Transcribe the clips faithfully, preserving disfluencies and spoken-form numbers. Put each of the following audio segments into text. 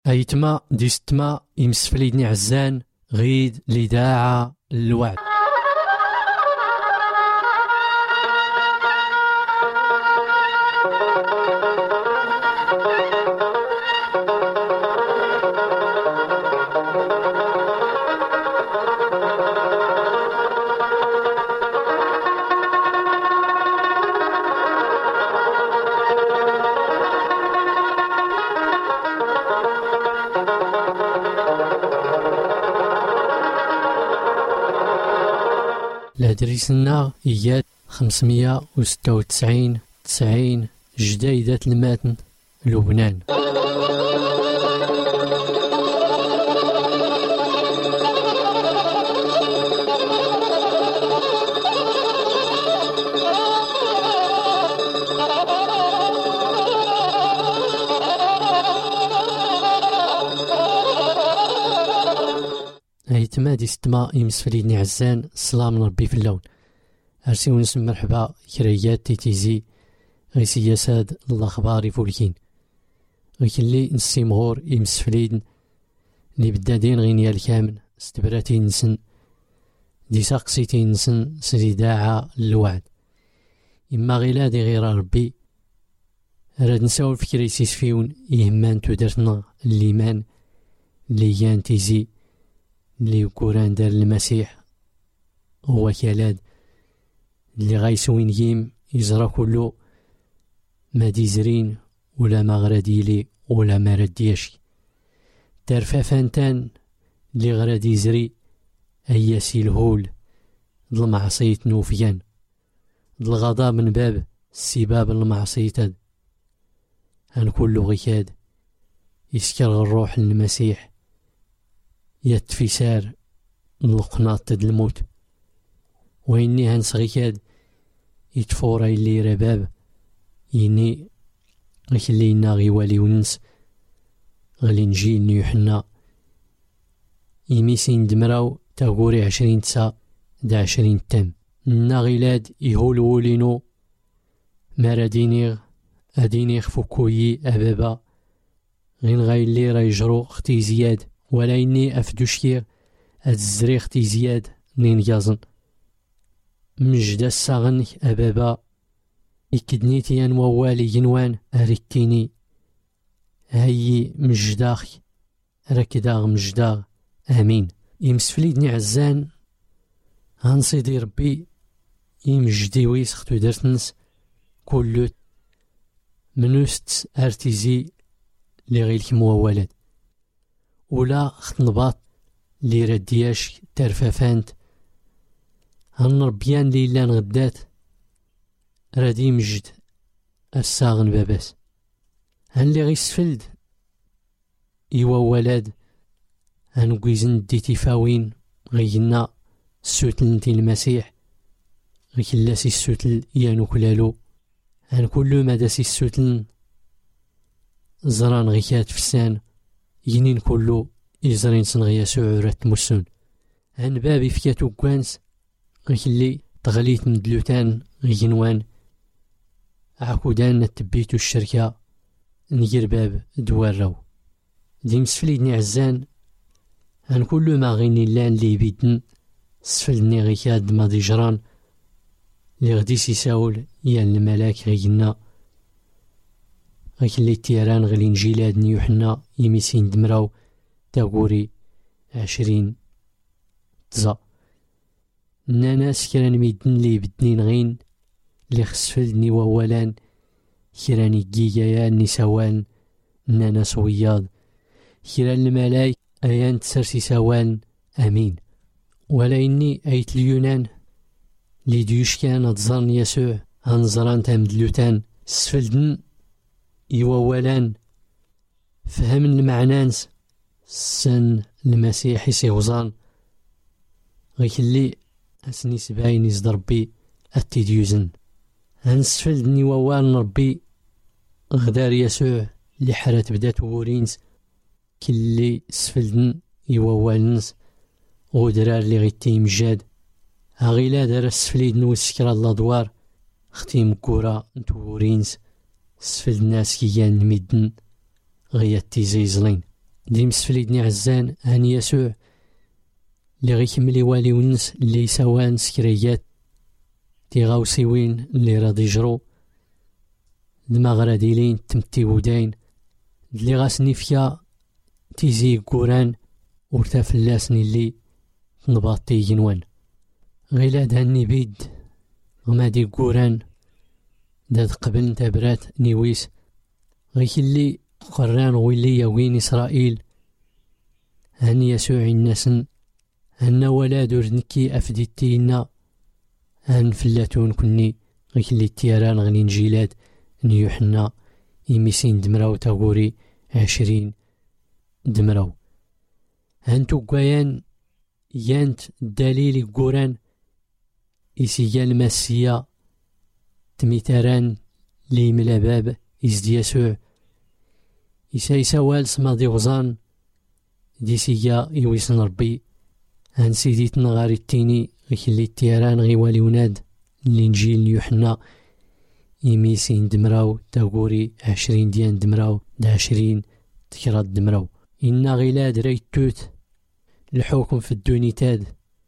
أيتما ديستما يمسفليدني عزان غيد لداعة الوعد. الهدريسنا إياد خمسمية وستة وتسعين تسعين جديدة الماتن لبنان. أيتما ديستما يمسفليدني عزان السلام ربي في اللون. أرسي ونسم مرحبا كريات تيتيزي غي سياساد الأخبار يفولكين غيكلي نسي مغور يمسفليدن لي بدادين غينيا الكامل استبراتي نسن دي ساقسيتي نسن سريداعة الوعد. إما غيلادي غير ربي راد نساو الفكري سيسفيون يهمان تودرتنا الليمان اللي يان تيزي اللي كوران دار المسيح هو كالاد اللي غايسوين ييم يزرى كله ما ديزرين ولا ما غراديلي ولا ما ردياشي ترفا فانتان اللي غرادي يزري أياسي الهول ضل معصية نوفيان ضل غضا من باب السباب المعصية هن كله غيكاد يسكر الروح للمسيح يتفسار القناط تد الموت وإني هنسغيكاد يتفورا اللي رباب يني غيخلينا غيوالي ونس غالي نجي نيوحنا يميسين دمراو تاغوري عشرين تسا دا عشرين تام نا غيلاد يهولولينو مارادينيغ أدينيغ فوكويي أبابا غين غايلي رايجرو اختي زياد ولا إني أفدوشكيغ أتزري اختي زياد نين يازن مجد الساغن أبابا إكدنيتي أن ووالي ينوان أركيني هاي مجداخ ركداغ مجداغ آمين. يمسفليدني عزان هنصيدي ربي يمجدي ويسختو درتنس كل منوست أرتيزي لغيلك موالد ولا خطنباط لي ردياش ترفافانت هنربيان ليلان غدات رادي مجد الساغن باباس هن لي غيسفلد إيوا ولاد هنقويزن ديتي فاوين غينا السوتل نتي المسيح غيكلاسي السوتل يانو كلالو هن كل ما داسي السوتل زران غيكات فسان ينين كلو يزرين سنغيا سعورات مسون هن بابي فياتو كوانس غيكلي تغليت مدلوتان غينوان عكودان نتبيتو الشركة نجير باب دوارو دي مسفليدني عزان هن كل ما غيني لان لي بيدن سفلني غيكاد ما دي جران لي غدي سيساول يان الملاك غينا غيكلي تيران غلي نجيلاد نيوحنا يميسين دمراو تاغوري عشرين تزا ناناس كران ميدن لي بدنين غين لي خسفلني وولان كراني جيجايا نسوان ناناس وياض كران الملايك ايان تسرسي سوان امين. ولا اني ايت اليونان لي ديوش كان اتزرن يسوع هنزران تامدلوتان سفلدن يوولان فهم المعنانس سن المسيح سيوزان غيكلي اسني سباين يزدر بي التديوزن هنسفلدني ووان ربي غدار يسوع اللي حرات بدات وورينس كلي سفلدن يووالنس غدرار اللي غيتي مجاد هغيلا دار السفليدن وسكرا الادوار اختي مكورا نتورينس سفل الناس كيان ميدن غياتي زيزلين دي مسفليدني عزان هاني يسوع اللي غيكمل والي ونس اللي سوان سكريات دي غاوسيوين اللي راضي يجرو دماغ راديلين تمتي بوداين اللي غاسني فيا تيزي كوران ورتاف اللاسني اللي نباطي ينوان غيلاد هاني بيد وما دي كوران داد قبل تبرات نيويس غيك اللي قران ويلي يوين إسرائيل هاني يسوع الناسن هنا ولاد ورنكي أفديتينا هان فلاتون كني غيك اللي التيران غني نجيلاد نيوحنا يميسين دمراو تاغوري عشرين دمراو هانتو قويان يانت دليل قوران إسيا المسيا تميتاران لي ملاباب إزدي يسوع إسا يسوال سماضي غزان دي سيا يويسن ربي هان سيدي تنغاري التيني غيكلي التيران غيوالي وناد الإنجيل يوحنا يميسين دمراو تاغوري عشرين ديان دمراو دا عشرين تكرات دمراو إنا غيلاد ريتوت الحكم في الدونيتاد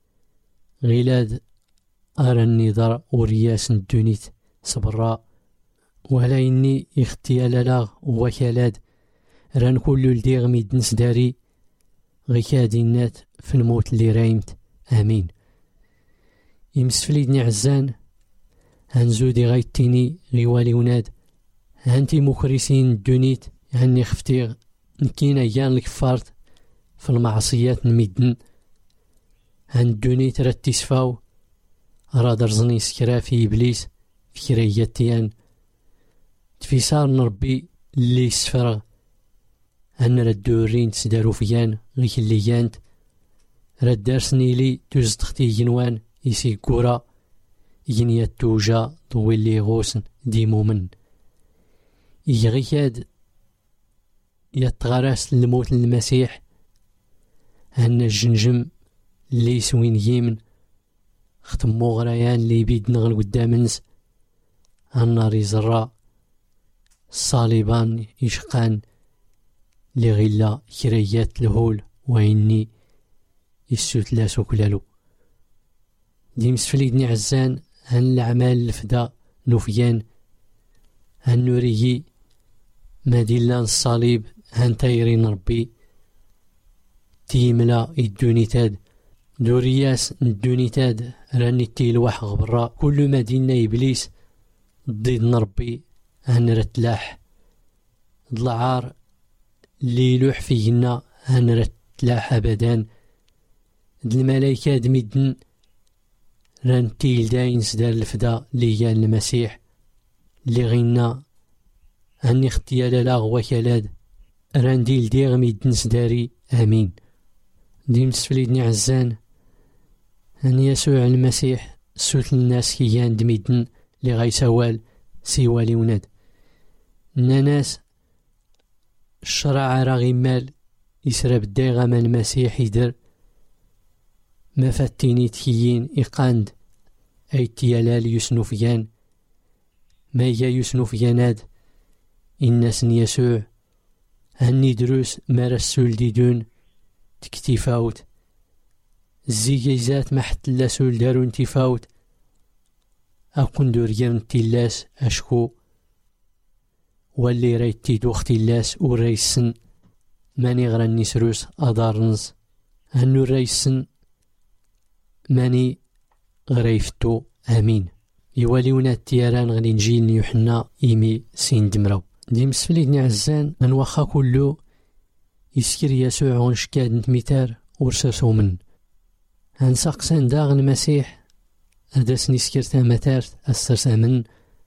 غيلاد أرى النظر ورياس الدونيت صبرا ولا إني اختيال لاغ وكالاد ران كل الديغ ميدنس داري غيكادينات في الموت اللي رايمت آمين يمسفليدني عزان هنزودي غايتيني غيوالي وناد هانتي مكرسين الدونيت هاني خفتيغ نكينا يان الكفارت في المعصيات نميدن هان الدونيت راه تيسفاو راه درزني سكرا في إبليس في كرياتيان تفيسار نربي اللي سفرغ هان راه الدورين تسدارو فيان غيك اللي يانت راه دارسني لي توز تختي ينوان يسي كورا ينيا توجا طويل لي غوسن دي مومن يغيكاد يتغرس الموت للمسيح هان الجنجم اللي سوين يمن ختمو غريان اللي بيد نغل قدامنس النار يزرع الصالبان يشقان لغلا كريات الهول وإني يسوت لا سوكلالو دي مسفليدني عزان هن الأعمال الفدا نوفيان هن نوريي ماديلان الصليب هن تايرين ربي تيملا الدونيتاد دورياس الدونيتاد راني تيلوح غبرا كل مدينة إبليس ضد ربي هن رتلاح ضلعار اللي يلوح فيهن هن رتلاح أبدا الملايكة دميدن ران تيل داين سدار الفدا ليان المسيح اللي غينا هني اختيال لاغ وكالاد ران ديل ديغ ميدن سداري آمين ديم تسفليدني عزان هن يسوع المسيح سوت الناس كيان دميدن اللي غيسوال سيوالي وناد الناس الشرع راغي مال يسرب الدايغة من المسيح يدر ما فاتيني تكيين إقاند أي تيالال يسنوفيان ما يا يسنوفياناد الناس يسوع هني دروس ما رسول ديدون تكتفاوت الزيجيزات ما حتى لا سول دارون تفاوت أكون دوريان تيلاس أشكو واللي ريتي دوختي اللاس وريسن ماني غران نسروس أدارنز هنو ريسن ماني غريفتو آمين يواليونا التياران غادي نجي يوحنا إيمي سين دمراو دي مسفليدني عزان نوخا كلو يسكر يسوع ونشكاد نتميتار ورساسو من هنساقسان داغن المسيح أداسني سكرتا متارت أسترسا من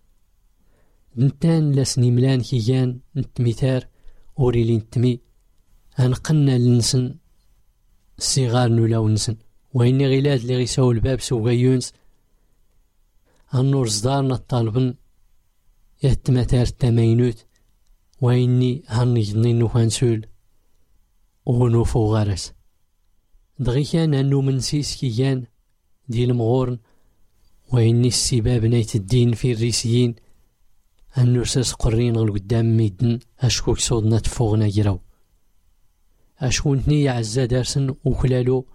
نتان لاسني ملان كيان نتميتار وريلي نتمي هنقنا لنسن الصغار نولاو نسن وإني غيلاد اللي غيساو الباب سوغيونس النور صدارنا الطالبن يهتمتار التماينوت وإني هنجني نوفانسول ونوفو غارس دغي كان أنو منسيس كيان دي المغورن وإني السباب نايت الدين في الريسيين أنو ساس قرين غل قدام ميدن أشكوك صودنا تفوغنا جراو أشكونتني يا عزا دارسن وكلالو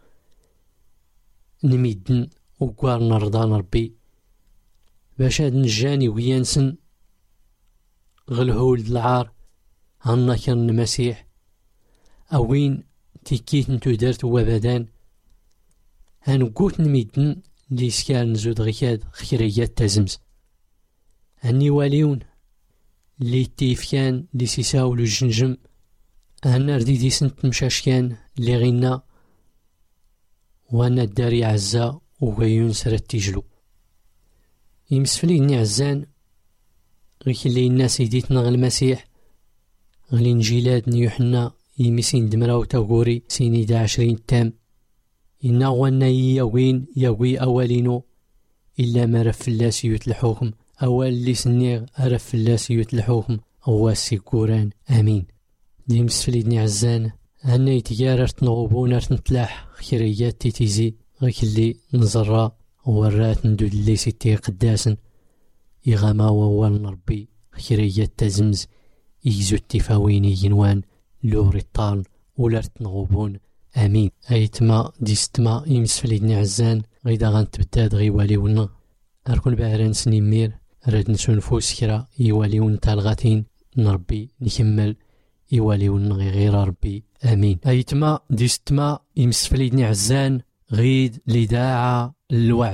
نميدن وكوار نرضان ربي باش هاد نجاني ويانسن غلهول العار هنا كان المسيح أوين تيكيت نتو دارت وابدان هنقوت نميدن لي سكال نزود غيكاد خيريات تازمز هني واليون لي تيفكان لي سيساولو الجنجم هنا رديدي سنت مشاشكان لي غينا وانا الداري عزا وغيون سرت تيجلو يمسفليني عزان غيك اللي الناس يديتنا غ المسيح غلي نجيلاد نيوحنا يمسين دمراو تاغوري سيني دا عشرين تام إنا غوانا ياوين ياوي أولينو إلا ما رفلاس يتلحوهم أول اللي سنيغ رفلاس يتلحوهم أواسي كوران آمين. دي مسفليدني عزان هنا يتجاررت نغوبون نتلاح خيريات تيتيزي غيك اللي نزرا ورات ندود اللي ستي قداسن إغاما ووال ربي خيريات تزمز يجزو التفاويني ينوان لوري الطال ولارت نغوبون آمين. أيتما ديستما يمسفليدني عزان غيدا غنتبداد غيواليونا أركون بعران سنيمير راد نسو نفوس كرا يواليون تالغاتين نربي نكمل يواليون غير ربي آمين. أيتما ديستما يمسفليدني عزان غيد لداعة الوعد.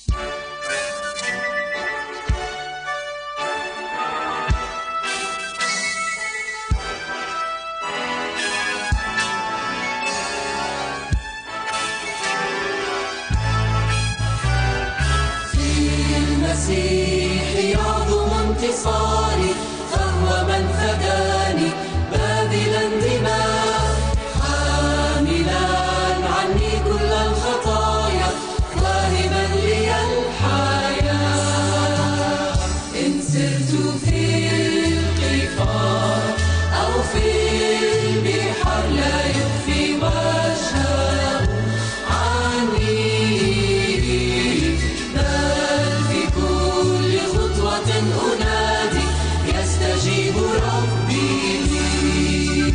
المسيح يعظم انتصاري فهو من فداني باذلا دماء حاملا عني كل الخطايا واهبا لي الحياة. إن سرت في القفار أو في البحر لا يخفي وجهه عني أنادي يستجيب ربي لي.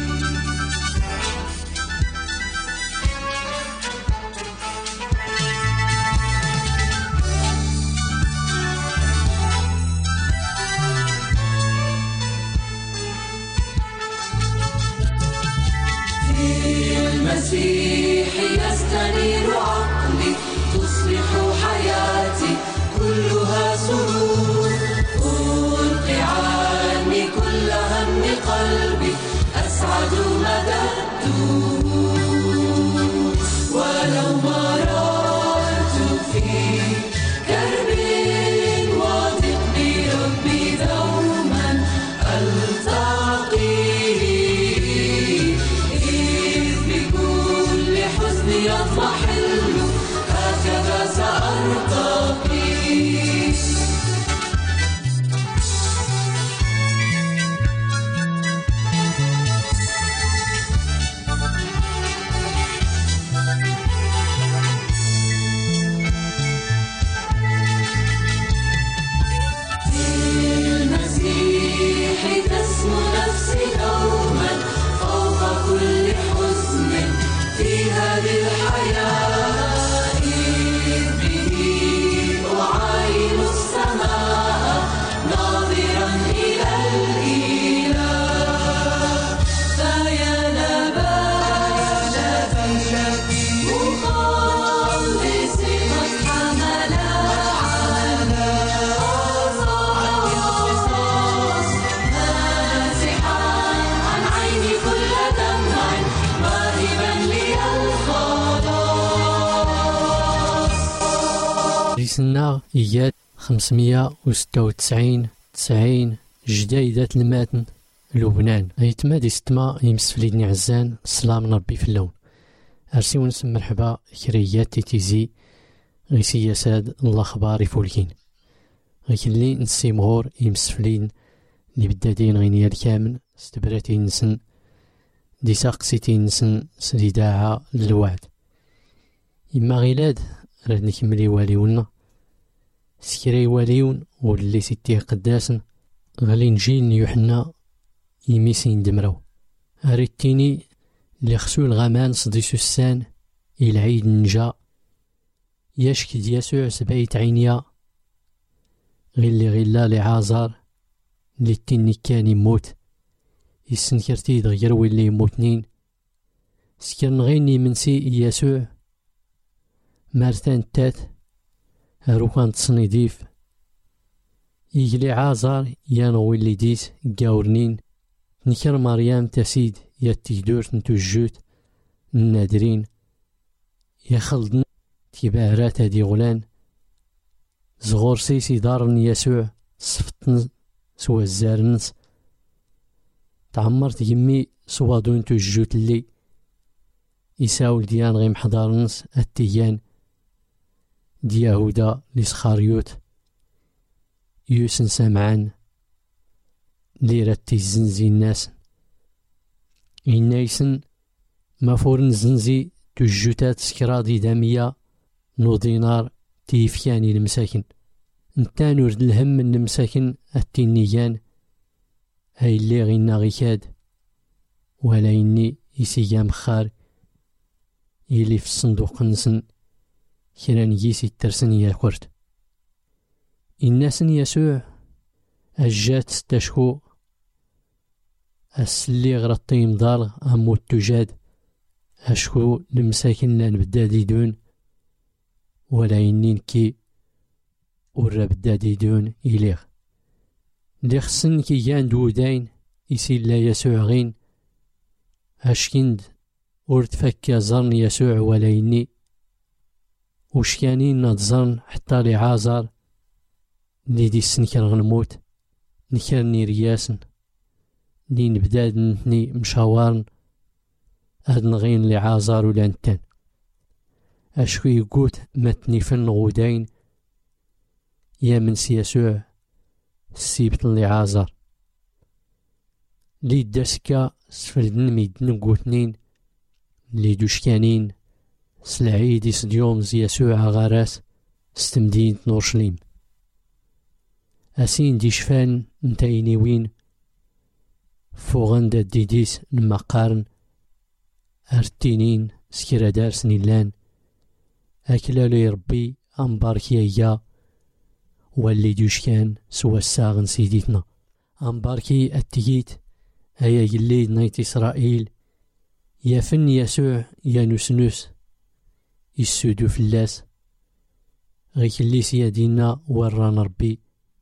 في المسيح يستنير عقلي تصبح حياتي كلها سرور ألقي عني كل هم قلبي أسعد مدى الدهور. ولو مررت في كرب وضيق بربي دوما ألتقي إذ بكل حزن يضمحل هكذا سأرتقي. تسمو نفسي دوما فوق كل حزن في هذه الحياة إذ به أعاين السماء ناظرا إلى الإله. فيا نبات شفي مخلص قد حمل على ريسنا إياد خمسمية وستة وتسعين تسعين جدايدة الماتن لبنان. أيتما دي ستما يمسفليدني عزان السلام ربي في اللون أرسي ونسم مرحبا كريات تيتيزي غيسي يساد الله خباري فولكين غيك اللي نسي مغور يمسفلين اللي بدادين غينيا الكامل استبراتي نسن دي ساقسيتي نسن سديداعة للوعد. إما غيلاد راد نكملي واليونا سكري واليون واللي ستيه قداسن غالي نجي يوحنا يميسين دمراو. أريتيني اللي خسو الغمان صدي سوسان العيد نجا يشكي يسوع سبعيت عينيا غير اللي غيلا لعازر اللي تيني كان يموت يسنكرتي دغير ويلي يموتنين سكرن غيني منسي يسوع مارتان تات هاروكان تصنيديف يجلي عازر يانو اللي ديس قاورنين نكر مريم تسيد يتيدور نتوجوت النادرين يخلدن تيبارات هادي غلان زغور سيسي دارن يسوع صفتن سوا الزارنس تعمرت يمي سوا دون توجوت اللي يساول ديان غيم حضارنس التيان دياهودا لسخاريوت يوسن سمعان ليرتي الزنزي الناس إنايسن مفورن زنزي تجوتات سكرادي دامية نو دينار تيفياني المساكن نتان ورد الهم من المساكن التينيان هاي اللي غينا غيكاد ولا إني يسيام خار يلي في الصندوق نسن كران يسي الترسن ياكورت الناسن يسوع أجات ستشكو السلي غرطي مضال أموت تجاد أشكو المساكن لان بدادي دون ولا إنين كي ورا بدادي دون إليغ اللي خصن كي جان دودين يسي لا يسوع غين أشكند ورد فكا زرن يسوع ولا إني وشكانين نتزرن حتى لعازر اللي دي السنكر غنموت نكرني رياسن اللي نبداد نتني مشاورن هاد نغين لعازر ولا نتان أشكو يقوت متني فن غودين يا من سيسوع السيبت لعازر لي داسكا سفلدن ميدن قوتنين لي دوشكانين سلعيدي سديوم زيسوع غاراس ستمدينة نورشليم أسين دي شفان نتايني وين فوغندا ديديس المقارن أرتينين سكرا دارس نيلان أكلالو يربي أمباركي واللي دوشكان سوا الساغن سيديتنا أمباركي التيجيت أيا يليد نايت إسرائيل يا فن يسوع يا نسنوس يسودو فلاس غيك اللي سيادينا وران ربي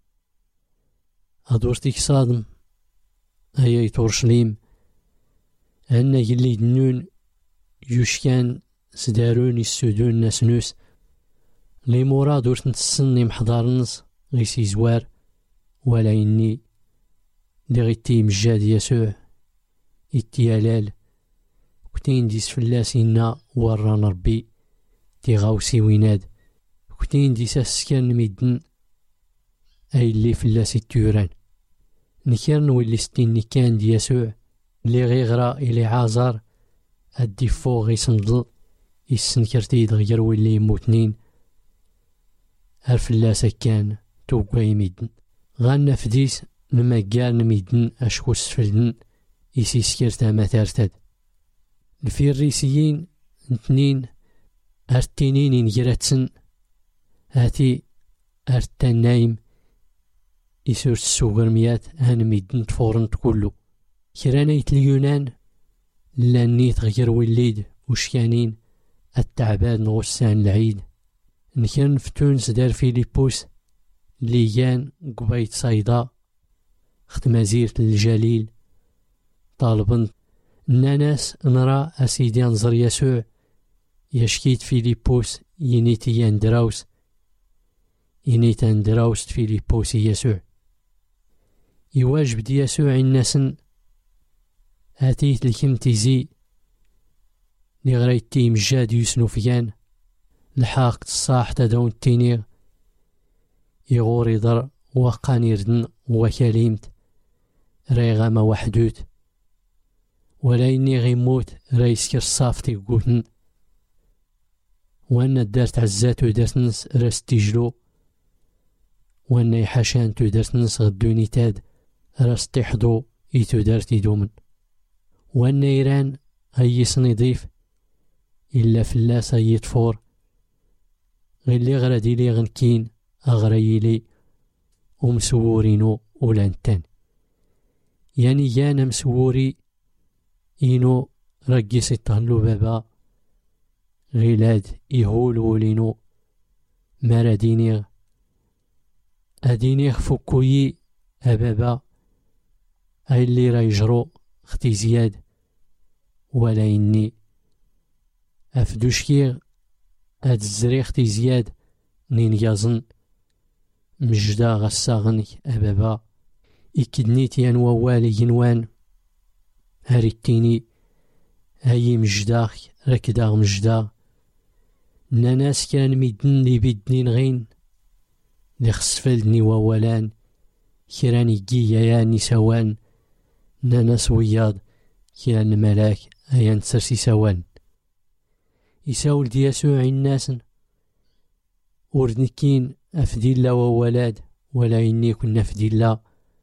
أدورتيك صادم أيا يتورشليم أنا يلي دنون يوشكان سدارون يسودون ناسنوس لي مورا دورت نتسني محضارنس غيسي زوار ولا إني دي غيتي مجاد يسوع إتيالال كتين ديس فلاسينا وران ربي تي غاوسي ويناد كتين ديس أسكان ميدن أي اللي فلاسي التيوران نكرن واللي ستيني كان دي يسوع اللي غيغرا إلي عازر أدي فوق غيسندل يسنكرتي دغير واللي يموتنين هالفلاسة كان توقع يميدن غانا فديس لما قال ميدن أشكو سفلدن يسي سكرتا ما تارتاد الفيريسيين نتنين أرتينين نجراتسن هاتي أرتان نايم يسور السوغرميات هان ميدن تفورن تكلو كرانيت اليونان لاني تغير وليد وشكانين التعباد نغسان العيد نكرن في تونس دار فيليبوس ليان قبيت صيدا خدمة زيرة الجليل طالبن ناناس نرى أسيدي نظر يسوع يشكيت فيليبوس ينيتي اندراوس ينيت اندراوس فيليبوس يسوع يواجب دي يسوع الناسن هاتيت لكم تيزي لغريت تيم جاد يسنو فيان لحاقت الصاح تدون التينيغ يغوري ضر وقاني ردن وكليمت ريغاما وحدوت ولا إني غيموت رايسكر صافتي قوتن وانا دارت عزات ودارت نس راستيجلو وانا يحاشان تودارت نس غدوني تاد راستيحضو يتو دارت يدومن وانا إيران أي سنضيف إلا فلاس أي طفور غير لي غردي لي غنكين أغري لي ومسورينو ولانتان يعني يانا مسوري إنو رقيس يطهلو بابا غيلاد يهول ولينو مارا دينيغ أدينيغ فكوي أبابا أي اللي راه يجرو اختي زياد ولا إني أفدوشكيغ هاد الزري اختي زياد نين يازن مجدا غساغنك أبابا إكدنيت ينوى والي ينوان هاريتيني هاي مجداخ ركداغ مجدا ناناس كان ميدن لي بيدني نغين لي خسفلدني وولان كيراني جيا ياني سوان ناناس وياض كيران الملاك هيان تسرسي سوان يساول دي يسوع الناس وردنكين أفدي الله وولاد ولا إني كنا فدي الله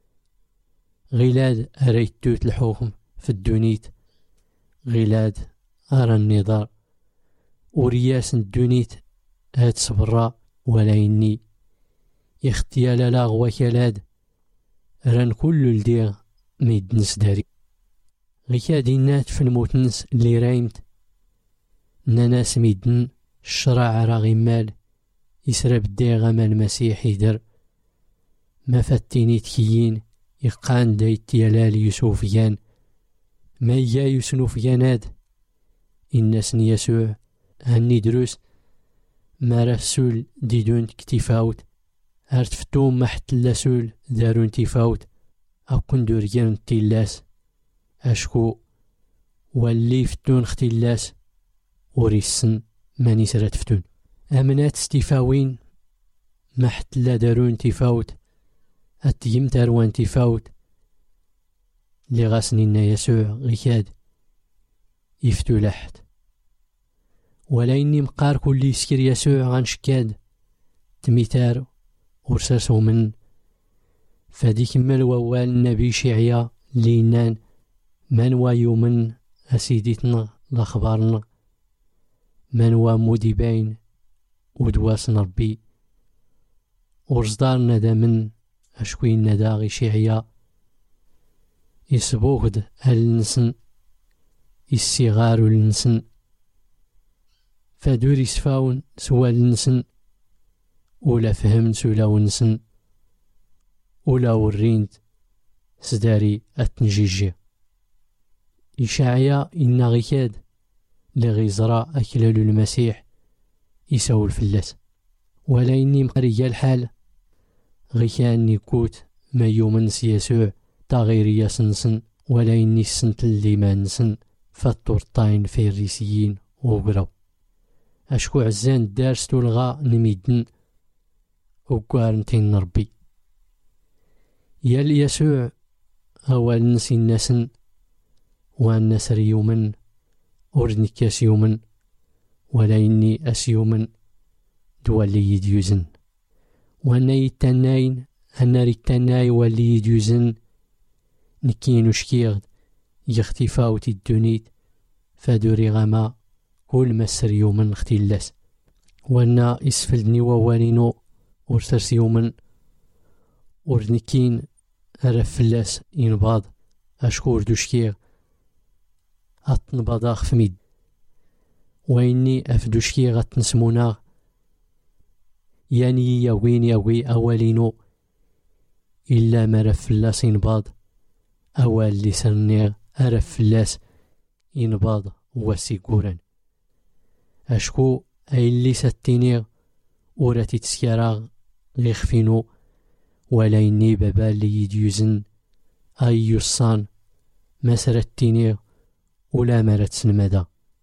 غلاد أريد توت الحوخم في الدونيت غلاد أرى النظار ورياس الدونيت هات صبرا ولا إني يختيال لا غوكالاد ران كل الدير ميدنس داري غيكادي نات في الموتنس اللي رايمت ناناس ميدن الشرع راغي مال يسرب الديغة ما المسيح يدر ما فاتيني تكيين يقان دايت يلال يوسوفيان ما يا يوسنوفياناد الناس يسوع هني دروس ما رسول ديدون كتفاوت هرتفتوم محت اللاسول دارون تفاوت أكون دوريان تيلاس أشكو واللي فتون ختلاس وريسن ماني سرات فتون أمنات ستيفاوين محت لا دارون تفاوت أتيم تاروان تفاوت لي غاسنينا يسوع غيكاد يفتو لحت ولا إني مقار كل يسكر يسوع غنشكاد تميتار ورساسو من فديك مال ووال النبي شعيا لينان من ويومن أسيدتنا لأخبارنا من ومودي باين ودواس ربي ورصدار ندا من أشكوين نداغي شعيا يسبوغد النسن الصغار النسن فدور يسفاون سوى النسن ولا فهم سولا ونسن ولا ورينت سداري أتنجيجي إشاعيا إن غيكاد لغيزرا أكلال المسيح يساول فلاس ولا إني مقرية الحال غيكان نيكوت ما يومنس يسوع تغيريا سنسن ولا إني السنت اللي ما نسن فالطورطاين في الريسيين وقراو أشكو عزان دارس تلغى نميدن وقارنتين ربي يال يسوع هو النسي الناسن والنسر يومن أردنكاس يومن ولا إني أسيومن دولي يديوزن وانا يتناين هنا ريتناي واللي يديوزن نكينو شكيغد يختفاوتي الدونيت فادوري غما كل مسر يومن اختلاس وانا اسفلدني ووالينو ورسرس يومن ورنكين أرفلاس ينباض أشكور دوشكيغ أتنباض أخفميد وإني أفدوشكيغ أتنسمونا يعني يوين يوي أولينو إلا ما رفلاس ينباض أول لسنيغ أرفلاس ينباض وسيقورا أشكو أي اللي ستينيغ وراتي تسكراغ غيخفينو ولا إني بابا اللي يديوزن أي يصان ما سرتينيغ ولا مرت سنمدا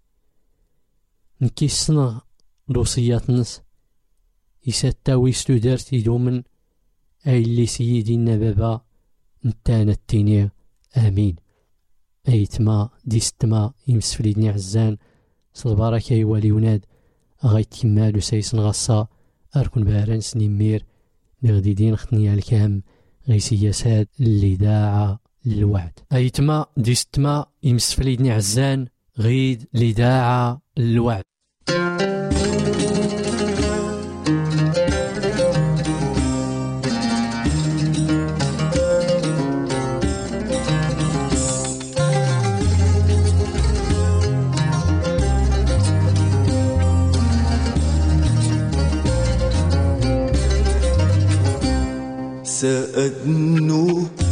نكيسنا لوصيات نس يستاوي ستودرت يدومن أي اللي سيدينا بابا نتانا التينيغ آمين أيتما ديستما يمسفليدني عزان صلبارك يوالي وناد أغايت كمالو سيسن غصا أركن باران سنمير لغديدين ختني الكام غيسي يساد اللي داعا للوعد أيتما ديستما يمسفليدني عزان غيد لداعة الوعد. سأدنو